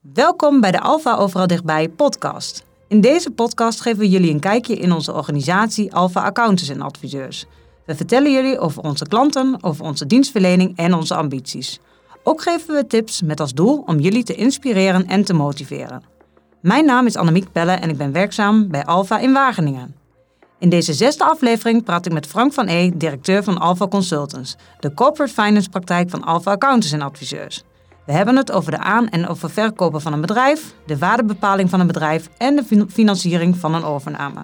Welkom bij de Alpha Overal Dichtbij podcast. In deze podcast geven we jullie een kijkje in onze organisatie Alpha Accountants en Adviseurs. We vertellen jullie over onze klanten, over onze dienstverlening en onze ambities. Ook geven we tips met als doel om jullie te inspireren en te motiveren. Mijn naam is Annemiek Pelle en ik ben werkzaam bij Alpha in Wageningen. In deze 6e aflevering praat ik met Frank van E., directeur van Alpha Consultants, de corporate finance praktijk van Alpha Accountants en Adviseurs. We hebben het over de aan- en over verkopen van een bedrijf, de waardebepaling van een bedrijf en de financiering van een overname.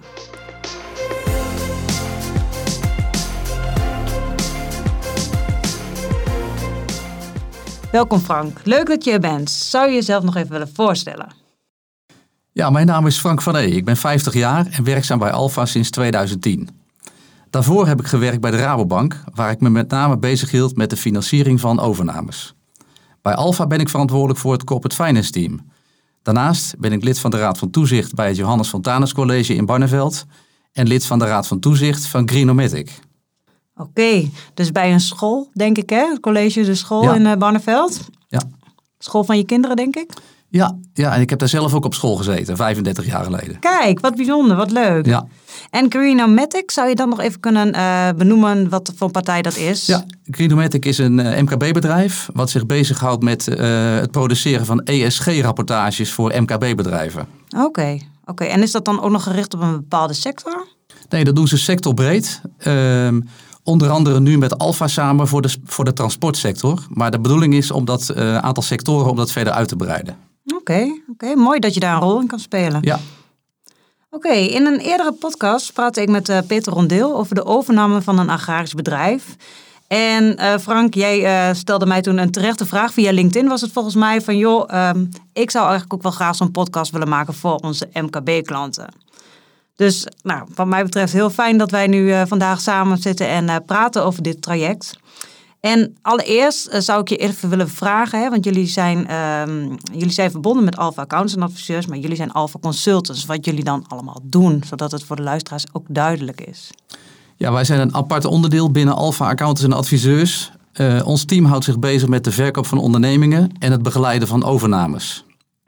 Welkom Frank, leuk dat je er bent. Zou je jezelf nog even willen voorstellen? Ja, mijn naam is Frank van E. Ik ben 50 jaar en werkzaam bij Alpha sinds 2010. Daarvoor heb ik gewerkt bij de Rabobank, waar ik me met name bezig hield met de financiering van overnames. Bij Alpha ben ik verantwoordelijk voor het corporate finance team. Daarnaast ben ik lid van de Raad van Toezicht bij het Johannes Fontanus College in Barneveld en lid van de Raad van Toezicht van Greenomatic. Oké, dus bij een school, denk ik, hè? Het college, de school in Barneveld. Ja. School van je kinderen, denk ik? Ja, en ik heb daar zelf ook op school gezeten, 35 jaar geleden. Kijk, wat bijzonder, wat leuk. Ja. En Greenomatic, zou je dan nog even kunnen benoemen wat voor partij dat is? Ja, Greenomatic is een MKB-bedrijf wat zich bezighoudt met het produceren van ESG-rapportages voor MKB-bedrijven. Oké. En is dat dan ook nog gericht op een bepaalde sector? Nee, dat doen ze sectorbreed. Onder andere nu met Alpha samen voor de transportsector. Maar de bedoeling is om dat aantal sectoren om dat verder uit te breiden. Oké. Mooi dat je daar een rol in kan spelen. Ja. Oké, in een eerdere podcast praatte ik met Peter Rondeel over de overname van een agrarisch bedrijf. En Frank, jij stelde mij toen een terechte vraag via LinkedIn, was het volgens mij, van ik zou eigenlijk ook wel graag zo'n podcast willen maken voor onze MKB-klanten. Dus wat mij betreft heel fijn dat wij nu vandaag samen zitten en praten over dit traject. En allereerst zou ik je even willen vragen, hè, want jullie zijn verbonden met Alpha Accountants en Adviseurs, maar jullie zijn Alpha Consultants. Wat jullie dan allemaal doen, zodat het voor de luisteraars ook duidelijk is. Ja, wij zijn een apart onderdeel binnen Alpha Accountants en Adviseurs. Ons team houdt zich bezig met de verkoop van ondernemingen en het begeleiden van overnames.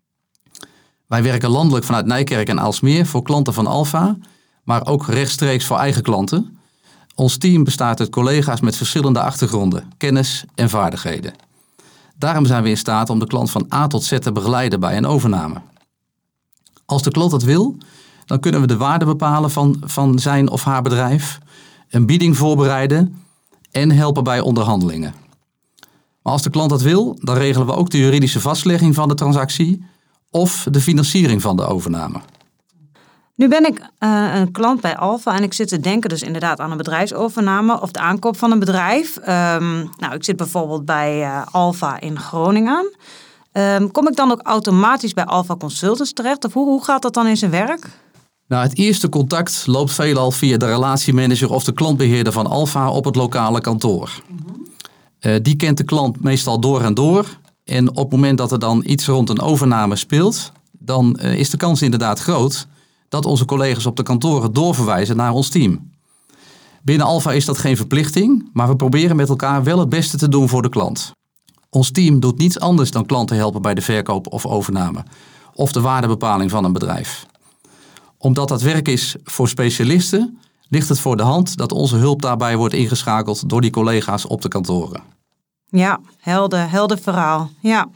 Wij werken landelijk vanuit Nijkerk en Aalsmeer voor klanten van Alpha, maar ook rechtstreeks voor eigen klanten. Ons team bestaat uit collega's met verschillende achtergronden, kennis en vaardigheden. Daarom zijn we in staat om de klant van A tot Z te begeleiden bij een overname. Als de klant dat wil, dan kunnen we de waarde bepalen van zijn of haar bedrijf, een bieding voorbereiden en helpen bij onderhandelingen. Maar als de klant dat wil, dan regelen we ook de juridische vastlegging van de transactie of de financiering van de overname. Nu ben ik een klant bij Alpha en ik zit te denken dus inderdaad aan een bedrijfsovername of de aankoop van een bedrijf. Ik zit bijvoorbeeld bij Alpha in Groningen. Kom ik dan ook automatisch bij Alpha Consultants terecht? Of hoe gaat dat dan in zijn werk? Nou, het eerste contact loopt veelal via de relatiemanager of de klantbeheerder van Alpha op het lokale kantoor. Die kent de klant meestal door en door. En op het moment dat er dan iets rond een overname speelt, dan is de kans inderdaad groot dat onze collega's op de kantoren doorverwijzen naar ons team. Binnen Alpha is dat geen verplichting, maar we proberen met elkaar wel het beste te doen voor de klant. Ons team doet niets anders dan klanten helpen bij de verkoop of overname of de waardebepaling van een bedrijf. Omdat dat werk is voor specialisten, ligt het voor de hand dat onze hulp daarbij wordt ingeschakeld door die collega's op de kantoren. Ja, helder verhaal. Ja.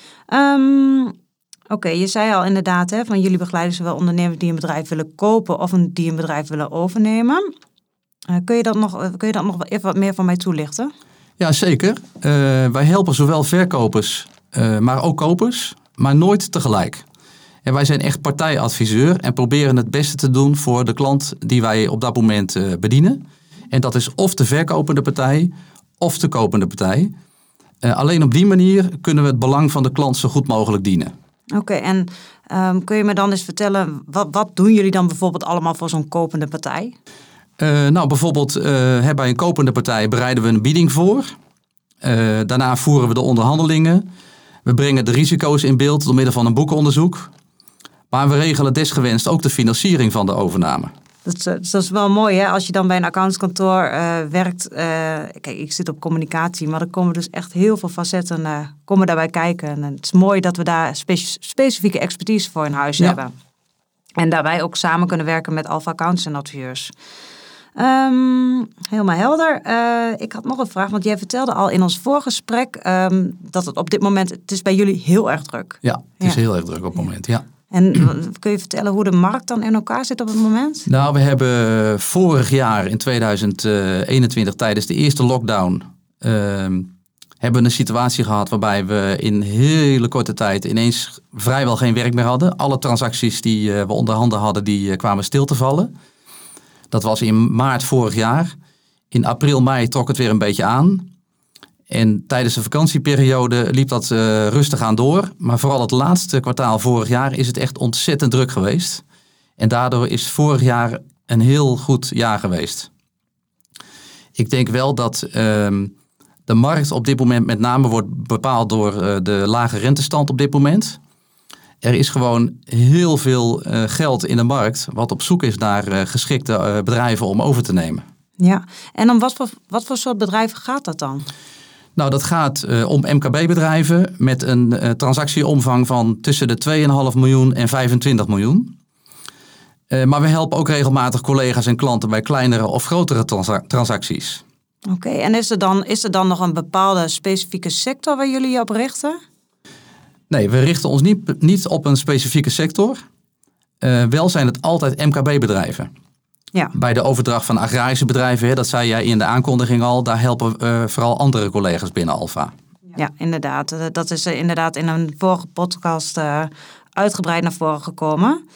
Oké, je zei al inderdaad, hè, van jullie begeleiden zowel ondernemers die een bedrijf willen kopen of die een bedrijf willen overnemen. Kun je dat nog even wat meer van mij toelichten? Ja, zeker. Wij helpen zowel verkopers, maar ook kopers, maar nooit tegelijk. En wij zijn echt partijadviseur en proberen het beste te doen voor de klant die wij op dat moment bedienen. En dat is of de verkopende partij of de kopende partij. Alleen op die manier kunnen we het belang van de klant zo goed mogelijk dienen. Oké, en kun je me dan eens vertellen, wat doen jullie dan bijvoorbeeld allemaal voor zo'n kopende partij? Bijvoorbeeld bij een kopende partij bereiden we een bieding voor. Daarna voeren we de onderhandelingen. We brengen de risico's in beeld door middel van een boekenonderzoek. Maar we regelen desgewenst ook de financiering van de overname. Dat is wel mooi, hè? Als je dan bij een accountantskantoor werkt. Kijk, ik zit op communicatie, maar er komen dus echt heel veel facetten komen daarbij kijken. En het is mooi dat we daar specifieke expertise voor in huis hebben. En daarbij ook samen kunnen werken met Alpha Accountants en adviseurs. Helemaal helder. Ik had nog een vraag, want jij vertelde al in ons voorgesprek dat het op dit moment, het is bij jullie heel erg druk. Ja, het is heel erg druk op het moment, ja. En kun je vertellen hoe de markt dan in elkaar zit op het moment? Nou, we hebben vorig jaar in 2021 tijdens de eerste lockdown hebben we een situatie gehad waarbij we in hele korte tijd ineens vrijwel geen werk meer hadden. Alle transacties die we onder handen hadden, die kwamen stil te vallen. Dat was in maart vorig jaar. In april, mei trok het weer een beetje aan. En tijdens de vakantieperiode liep dat rustig aan door. Maar vooral het laatste kwartaal vorig jaar is het echt ontzettend druk geweest. En daardoor is vorig jaar een heel goed jaar geweest. Ik denk wel dat de markt op dit moment met name wordt bepaald door de lage rentestand op dit moment. Er is gewoon heel veel geld in de markt wat op zoek is naar geschikte bedrijven om over te nemen. Ja, en om wat voor soort bedrijven gaat dat dan? Nou, dat gaat om MKB-bedrijven met een transactieomvang van tussen de 2,5 miljoen en 25 miljoen. Maar we helpen ook regelmatig collega's en klanten bij kleinere of grotere transacties. Oké, en is er dan nog een bepaalde specifieke sector waar jullie je op richten? Nee, we richten ons niet op een specifieke sector. Wel zijn het altijd MKB-bedrijven. Ja. Bij de overdracht van agrarische bedrijven, dat zei jij in de aankondiging al, daar helpen vooral andere collega's binnen Alpha. Ja, inderdaad. Dat is inderdaad in een vorige podcast uitgebreid naar voren gekomen.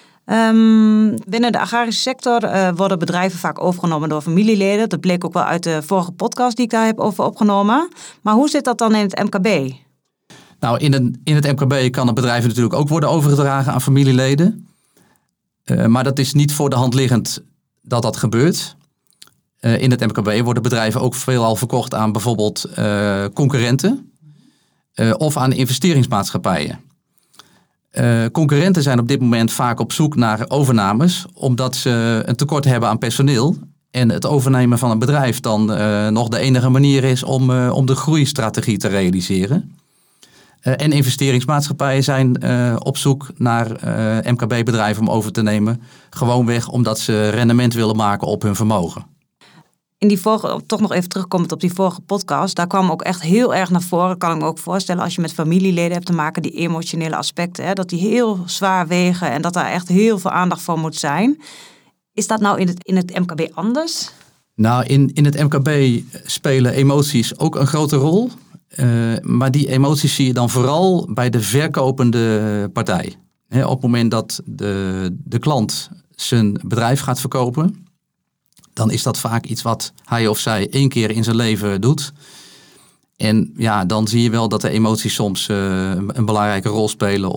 Binnen de agrarische sector worden bedrijven vaak overgenomen door familieleden. Dat bleek ook wel uit de vorige podcast die ik daar heb over opgenomen. Maar hoe zit dat dan in het MKB? Nou, in het MKB kan het bedrijf natuurlijk ook worden overgedragen aan familieleden. Maar dat is niet voor de hand liggend dat dat gebeurt. In het MKB worden bedrijven ook veelal verkocht aan bijvoorbeeld concurrenten of aan investeringsmaatschappijen. Concurrenten zijn op dit moment vaak op zoek naar overnames omdat ze een tekort hebben aan personeel. En het overnemen van een bedrijf dan nog de enige manier is om de groeistrategie te realiseren. En investeringsmaatschappijen zijn op zoek naar MKB-bedrijven om over te nemen. Gewoonweg omdat ze rendement willen maken op hun vermogen. In die vorige, toch nog even terugkomend op die vorige podcast, daar kwam ook echt heel erg naar voren. Kan ik me ook voorstellen als je met familieleden hebt te maken, die emotionele aspecten, hè, dat die heel zwaar wegen en dat daar echt heel veel aandacht voor moet zijn. Is dat nou in het MKB anders? Nou, in het MKB spelen emoties ook een grote rol. Maar die emoties zie je dan vooral bij de verkopende partij. Op het moment dat de klant zijn bedrijf gaat verkopen, dan is dat vaak iets wat hij of zij 1 keer in zijn leven doet. En ja, dan zie je wel dat de emoties soms een belangrijke rol spelen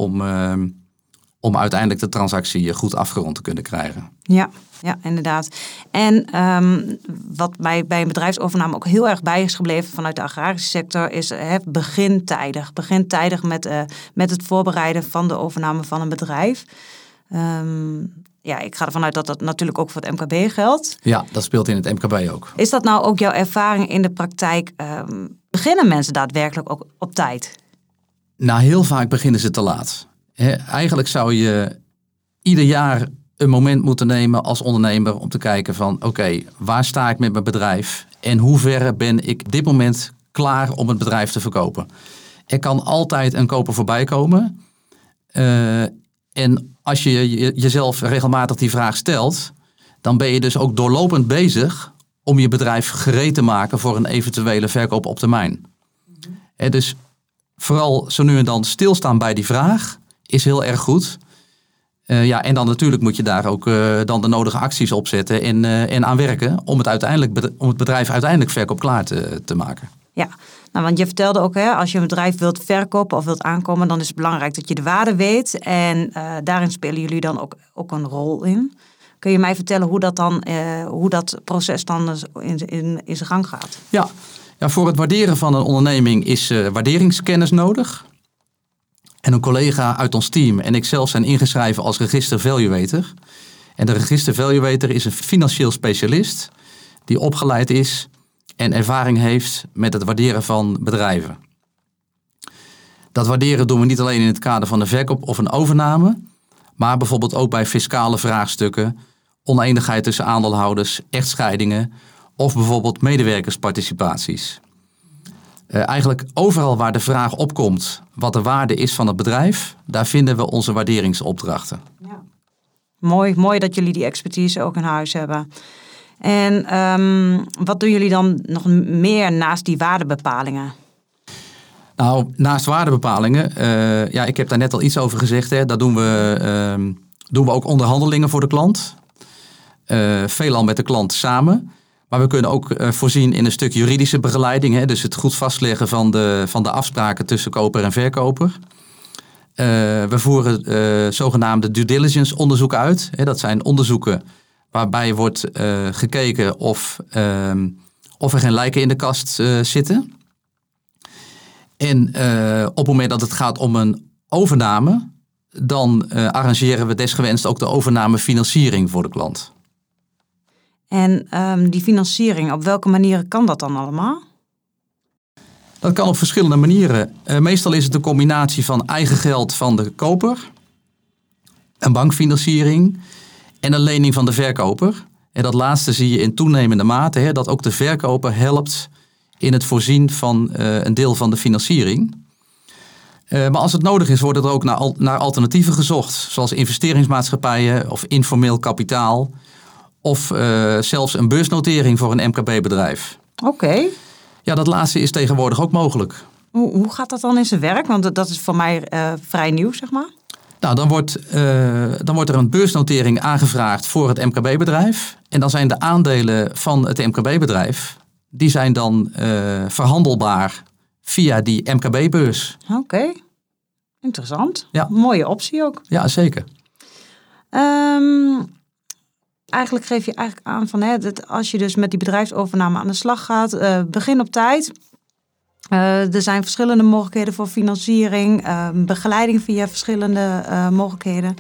om uiteindelijk de transactie goed afgerond te kunnen krijgen. Ja, inderdaad. En wat mij bij een bedrijfsovername ook heel erg bij is gebleven vanuit de agrarische sector is begin tijdig. Begin tijdig met het voorbereiden van de overname van een bedrijf. Ik ga ervan uit dat dat natuurlijk ook voor het MKB geldt. Ja, dat speelt in het MKB ook. Is dat nou ook jouw ervaring in de praktijk? Beginnen mensen daadwerkelijk ook op tijd? Nou, heel vaak beginnen ze te laat. Eigenlijk zou je ieder jaar een moment moeten nemen als ondernemer om te kijken van oké, waar sta ik met mijn bedrijf en hoe ver ben ik op dit moment klaar om het bedrijf te verkopen. Er kan altijd een koper voorbij komen. En als je jezelf regelmatig die vraag stelt, dan ben je dus ook doorlopend bezig om je bedrijf gereed te maken voor een eventuele verkoop op termijn. Dus vooral zo nu en dan stilstaan bij die vraag is heel erg goed. En dan natuurlijk moet je daar ook dan de nodige acties op zetten en aan werken om het bedrijf uiteindelijk verkoopklaar te maken. Ja, nou, want je vertelde ook, als je een bedrijf wilt verkopen of wilt aankomen, dan is het belangrijk dat je de waarde weet. En daarin spelen jullie dan ook een rol in. Kun je mij vertellen hoe dat proces dan in zijn gang gaat? Ja, voor het waarderen van een onderneming is waarderingskennis nodig. En een collega uit ons team en ik zelf zijn ingeschreven als register valuator. En de register valuator is een financieel specialist die opgeleid is en ervaring heeft met het waarderen van bedrijven. Dat waarderen doen we niet alleen in het kader van een verkoop of een overname, maar bijvoorbeeld ook bij fiscale vraagstukken, oneenigheid tussen aandeelhouders, echtscheidingen of bijvoorbeeld medewerkersparticipaties. Eigenlijk overal waar de vraag opkomt wat de waarde is van het bedrijf, daar vinden we onze waarderingsopdrachten. Ja. Mooi dat jullie die expertise ook in huis hebben. En wat doen jullie dan nog meer naast die waardebepalingen? Nou, naast waardebepalingen, ik heb daar net al iets over gezegd. Hè, daar doen we ook onderhandelingen voor de klant. Veelal met de klant samen. Maar we kunnen ook voorzien in een stuk juridische begeleiding. Hè, dus het goed vastleggen van de afspraken tussen koper en verkoper. We voeren zogenaamde due diligence onderzoeken uit. Hè, dat zijn onderzoeken waarbij wordt gekeken of er geen lijken in de kast zitten. En op het moment dat het gaat om een overname, dan arrangeren we desgewenst ook de overnamefinanciering voor de klant. En die financiering, op welke manieren kan dat dan allemaal? Dat kan op verschillende manieren. Meestal is het een combinatie van eigen geld van de koper, een bankfinanciering en een lening van de verkoper. En dat laatste zie je in toenemende mate, dat ook de verkoper helpt in het voorzien van een deel van de financiering. Maar als het nodig is, wordt er ook naar alternatieven gezocht. Zoals investeringsmaatschappijen of informeel kapitaal. Of zelfs een beursnotering voor een MKB-bedrijf. Oké. Ja, dat laatste is tegenwoordig ook mogelijk. Hoe gaat dat dan in zijn werk? Want dat is voor mij vrij nieuw, zeg maar. Nou, dan wordt er een beursnotering aangevraagd voor het MKB-bedrijf. En dan zijn de aandelen van het MKB-bedrijf, die zijn dan verhandelbaar via die MKB-beurs. Oké. Interessant. Ja. Mooie optie ook. Ja, zeker. Eigenlijk geef je aan van dat als je dus met die bedrijfsovername aan de slag gaat, begin op tijd. Er zijn verschillende mogelijkheden voor financiering, begeleiding via verschillende mogelijkheden.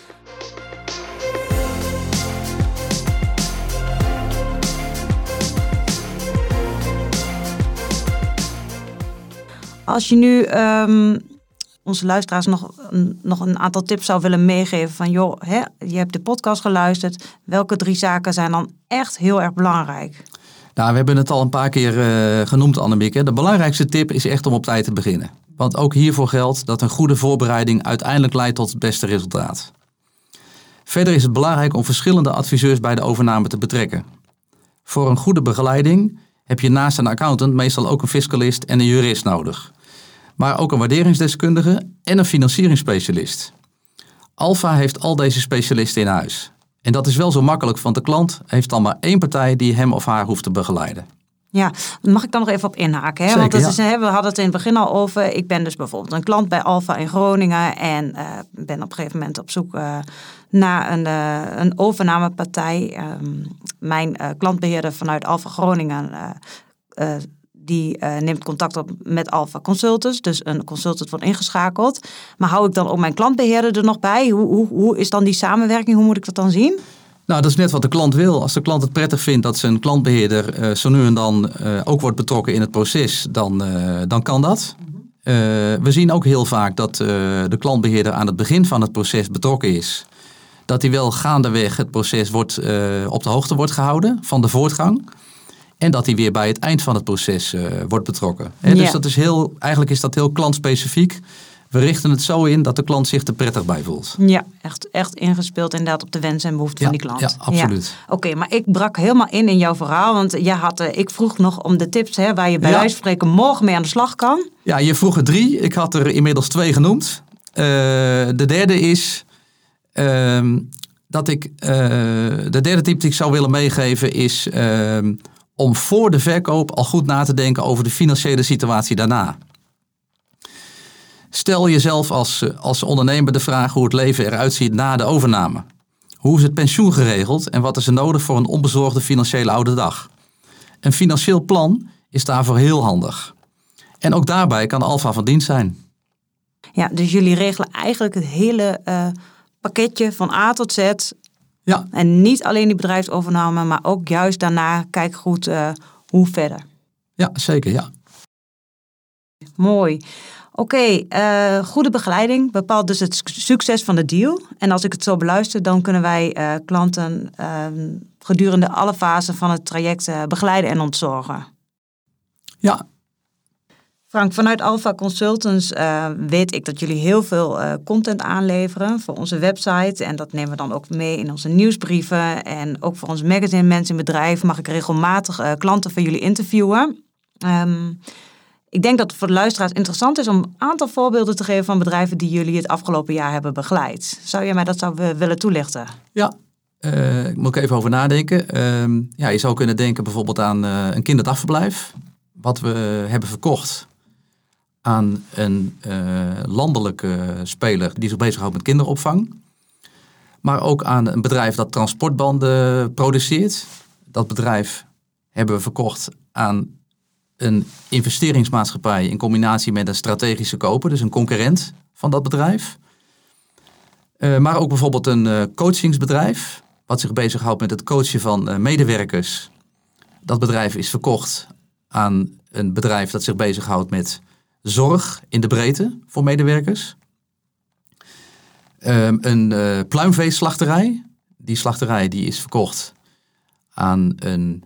Als je nu onze luisteraars nog een aantal tips zou willen meegeven van joh, je hebt de podcast geluisterd. Welke 3 zaken zijn dan echt heel erg belangrijk? Nou, we hebben het al een paar keer genoemd, Annemieke. De belangrijkste tip is echt om op tijd te beginnen. Want ook hiervoor geldt dat een goede voorbereiding uiteindelijk leidt tot het beste resultaat. Verder is het belangrijk om verschillende adviseurs bij de overname te betrekken. Voor een goede begeleiding heb je naast een accountant meestal ook een fiscalist en een jurist nodig. Maar ook een waarderingsdeskundige en een financieringsspecialist. Alfa heeft al deze specialisten in huis. En dat is wel zo makkelijk, want de klant heeft dan maar 1 partij die hem of haar hoeft te begeleiden. Ja, mag ik dan nog even op inhaken? Hè? Zeker, want dat ja. is, we hadden het in het begin al over. Ik ben dus bijvoorbeeld een klant bij Alfa in Groningen. En ben op een gegeven moment op zoek naar een overnamepartij. Mijn klantbeheerder vanuit Alfa Groningen die neemt contact op met Alfa Consultants. Dus een consultant wordt ingeschakeld. Maar hou ik dan ook mijn klantbeheerder er nog bij? Hoe is dan die samenwerking? Hoe moet ik dat dan zien? Nou, dat is net wat de klant wil. Als de klant het prettig vindt dat zijn klantbeheerder zo nu en dan ook wordt betrokken in het proces, dan kan dat. We zien ook heel vaak dat de klantbeheerder aan het begin van het proces betrokken is. Dat hij wel gaandeweg het proces op de hoogte wordt gehouden van de voortgang. En dat hij weer bij het eind van het proces wordt betrokken. Ja. Dus eigenlijk is dat heel klantspecifiek. We richten het zo in dat de klant zich er prettig bij voelt. Ja, echt ingespeeld inderdaad op de wensen en behoeften van die klant. Ja, absoluut. Ja. Oké, maar ik brak helemaal in jouw verhaal. Want ik vroeg nog om de tips waar je bij wijze van spreken morgen mee aan de slag kan. Ja, je vroeg er 3. Ik had er inmiddels 2 genoemd. De derde is de derde tip die ik zou willen meegeven is om voor de verkoop al goed na te denken over de financiële situatie daarna. Stel jezelf als ondernemer de vraag hoe het leven eruit ziet na de overname. Hoe is het pensioen geregeld en wat is er nodig voor een onbezorgde financiële oude dag? Een financieel plan is daarvoor heel handig. En ook daarbij kan Alfa van dienst zijn. Ja, dus jullie regelen eigenlijk het hele pakketje van A tot Z Ja. En niet alleen die bedrijfsovername, maar ook juist daarna kijk goed hoe verder. Ja, zeker, ja. Mooi. Oké, goede begeleiding bepaalt dus het succes van de deal. En als ik het zo beluister, dan kunnen wij klanten gedurende alle fasen van het traject begeleiden en ontzorgen. Ja. Frank, vanuit Alpha Consultants weet ik dat jullie heel veel content aanleveren voor onze website. En dat nemen we dan ook mee in onze nieuwsbrieven. En ook voor ons magazine Mensen in Bedrijf mag ik regelmatig klanten van jullie interviewen. Ik denk dat het voor de luisteraars interessant is om een aantal voorbeelden te geven van bedrijven die jullie het afgelopen jaar hebben begeleid. Zou jij mij dat willen toelichten? Ja, moet ik even over nadenken. Je zou kunnen denken bijvoorbeeld aan een kinderdagverblijf. Wat we hebben verkocht aan een landelijke speler die zich bezighoudt met kinderopvang. Maar ook aan een bedrijf dat transportbanden produceert. Dat bedrijf hebben we verkocht aan een investeringsmaatschappij in combinatie met een strategische koper, dus een concurrent van dat bedrijf. Maar ook bijvoorbeeld een coachingsbedrijf, wat zich bezighoudt met het coachen van medewerkers. Dat bedrijf is verkocht aan een bedrijf dat zich bezighoudt met zorg in de breedte voor medewerkers. Een pluimveeslachterij. Die slachterij die is verkocht aan een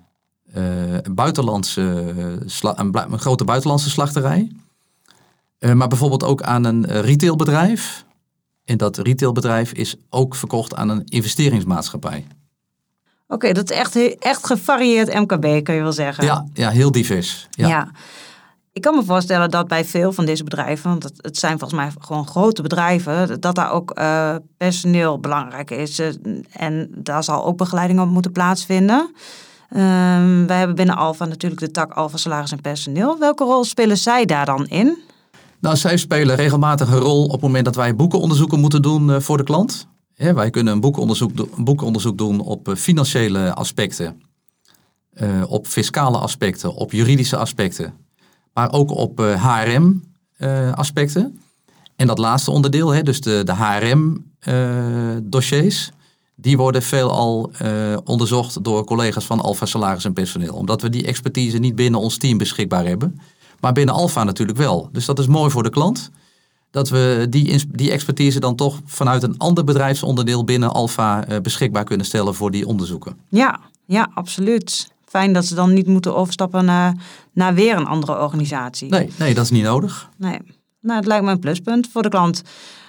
grote buitenlandse slachterij. Maar bijvoorbeeld ook aan een retailbedrijf. En dat retailbedrijf is ook verkocht aan een investeringsmaatschappij. Oké, dat is echt gevarieerd MKB, kun je wel zeggen. Ja, heel divers. Ja. Ik kan me voorstellen dat bij veel van deze bedrijven, want het zijn volgens mij gewoon grote bedrijven, dat daar ook personeel belangrijk is. En daar zal ook begeleiding op moeten plaatsvinden. Wij hebben binnen Alpha natuurlijk de tak Alpha Salaris en Personeel. Welke rol spelen zij daar dan in? Nou, zij spelen regelmatig een rol op het moment dat wij boekenonderzoeken moeten doen voor de klant. Wij kunnen een boekenonderzoek doen op financiële aspecten, op fiscale aspecten, op juridische aspecten, maar ook op HRM-aspecten. En dat laatste onderdeel, dus de HRM-dossiers, die worden veelal onderzocht door collega's van Alpha Salaris en Personeel. Omdat we die expertise niet binnen ons team beschikbaar hebben, maar binnen Alpha natuurlijk wel. Dus dat is mooi voor de klant, dat we die expertise dan toch vanuit een ander bedrijfsonderdeel binnen Alpha beschikbaar kunnen stellen voor die onderzoeken. Ja, absoluut. Fijn dat ze dan niet moeten overstappen naar weer een andere organisatie. Nee, dat is niet nodig. Nee, nou, het lijkt me een pluspunt voor de klant.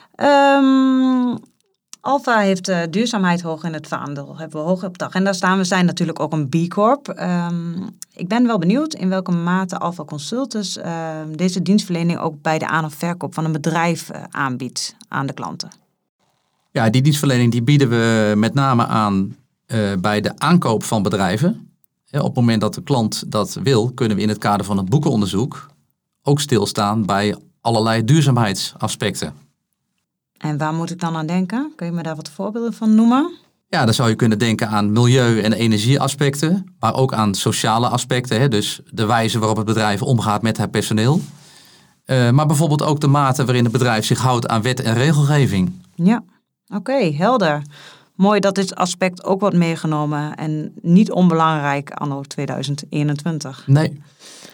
Alpha heeft duurzaamheid hoog in het vaandel. Hebben we hoog op de agenda staan. We zijn natuurlijk ook een B Corp. Ik ben wel benieuwd in welke mate Alpha Consultants deze dienstverlening ook bij de aan- of verkoop van een bedrijf aanbiedt aan de klanten. Ja, die dienstverlening die bieden we met name aan bij de aankoop van bedrijven. Op het moment dat de klant dat wil, kunnen we in het kader van het boekenonderzoek ook stilstaan bij allerlei duurzaamheidsaspecten. En waar moet ik dan aan denken? Kun je me daar wat voorbeelden van noemen? Ja, dan zou je kunnen denken aan milieu- en energieaspecten, maar ook aan sociale aspecten. Dus de wijze waarop het bedrijf omgaat met haar personeel. Maar bijvoorbeeld ook de mate waarin het bedrijf zich houdt aan wet en regelgeving. Ja, oké, helder. Mooi dat dit aspect ook wordt meegenomen en niet onbelangrijk anno 2021. Nee.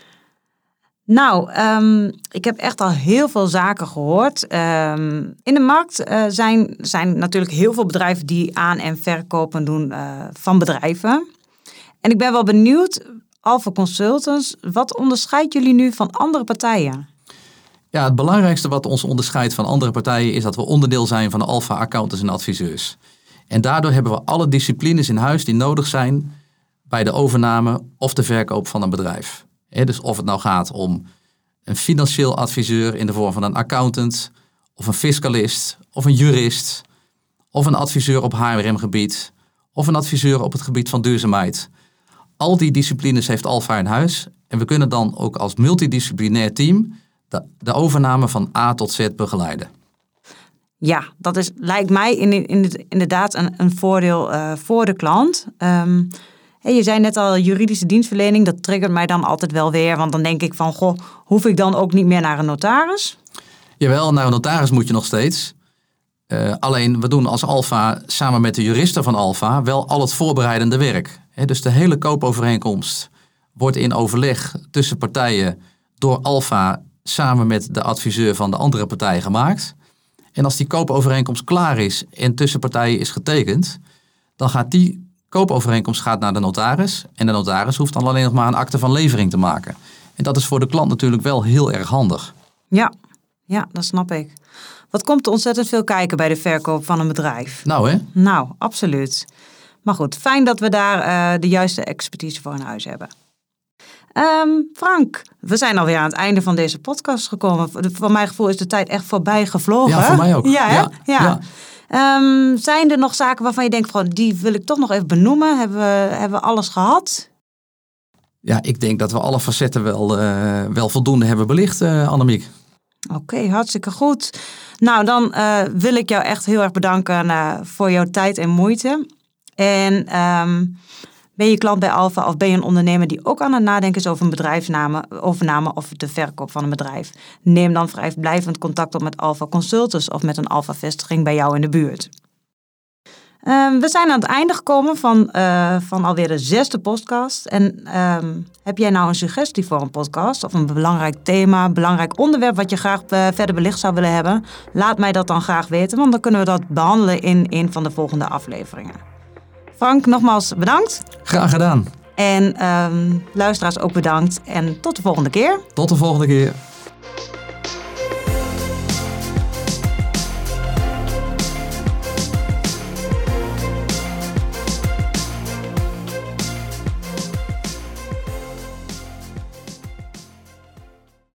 Nou, ik heb echt al heel veel zaken gehoord. In de markt zijn natuurlijk heel veel bedrijven die aan- en verkopen doen van bedrijven. En ik ben wel benieuwd, Alpha Consultants, wat onderscheidt jullie nu van andere partijen? Ja, het belangrijkste wat ons onderscheidt van andere partijen is dat we onderdeel zijn van de Alpha Accountants en Adviseurs. En daardoor hebben we alle disciplines in huis die nodig zijn bij de overname of de verkoop van een bedrijf. Dus of het nou gaat om een financieel adviseur in de vorm van een accountant, of een fiscalist, of een jurist, of een adviseur op HRM-gebied, of een adviseur op het gebied van duurzaamheid. Al die disciplines heeft Alpha in huis en we kunnen dan ook als multidisciplinair team de overname van A tot Z begeleiden. Ja, dat lijkt mij inderdaad een voordeel voor de klant. Je zei net al, juridische dienstverlening, dat triggert mij dan altijd wel weer. Want dan denk ik van, hoef ik dan ook niet meer naar een notaris? Jawel, naar een notaris moet je nog steeds. Alleen we doen als Alfa samen met de juristen van Alfa wel al het voorbereidende werk. Dus de hele koopovereenkomst wordt in overleg tussen partijen door Alfa samen met de adviseur van de andere partij gemaakt. En als die koopovereenkomst klaar is en tussen partijen is getekend, dan gaat die koopovereenkomst naar de notaris. En de notaris hoeft dan alleen nog maar een akte van levering te maken. En dat is voor de klant natuurlijk wel heel erg handig. Ja, dat snap ik. Wat komt er ontzettend veel kijken bij de verkoop van een bedrijf? Nou hè? Nou, absoluut. Maar goed, fijn dat we daar de juiste expertise voor in huis hebben. Frank, we zijn alweer aan het einde van deze podcast gekomen. Voor mijn gevoel is de tijd echt voorbij gevlogen. Ja, voor mij ook. Ja. Zijn er nog zaken waarvan je denkt, die wil ik toch nog even benoemen? Hebben we alles gehad? Ja, ik denk dat we alle facetten wel voldoende hebben belicht, Annemiek. Oké, hartstikke goed. Nou, dan wil ik jou echt heel erg bedanken voor jouw tijd en moeite. En ben je klant bij Alfa of ben je een ondernemer die ook aan het nadenken is over een bedrijfsovername of de verkoop van een bedrijf? Neem dan vrijblijvend contact op met Alfa Consultants of met een Alfa-vestiging bij jou in de buurt. We zijn aan het einde gekomen van alweer de 6e podcast. En heb jij nou een suggestie voor een podcast of een belangrijk thema, een belangrijk onderwerp wat je graag verder belicht zou willen hebben? Laat mij dat dan graag weten, want dan kunnen we dat behandelen in een van de volgende afleveringen. Frank, nogmaals bedankt. Graag gedaan. En luisteraars ook bedankt. En tot de volgende keer. Tot de volgende keer.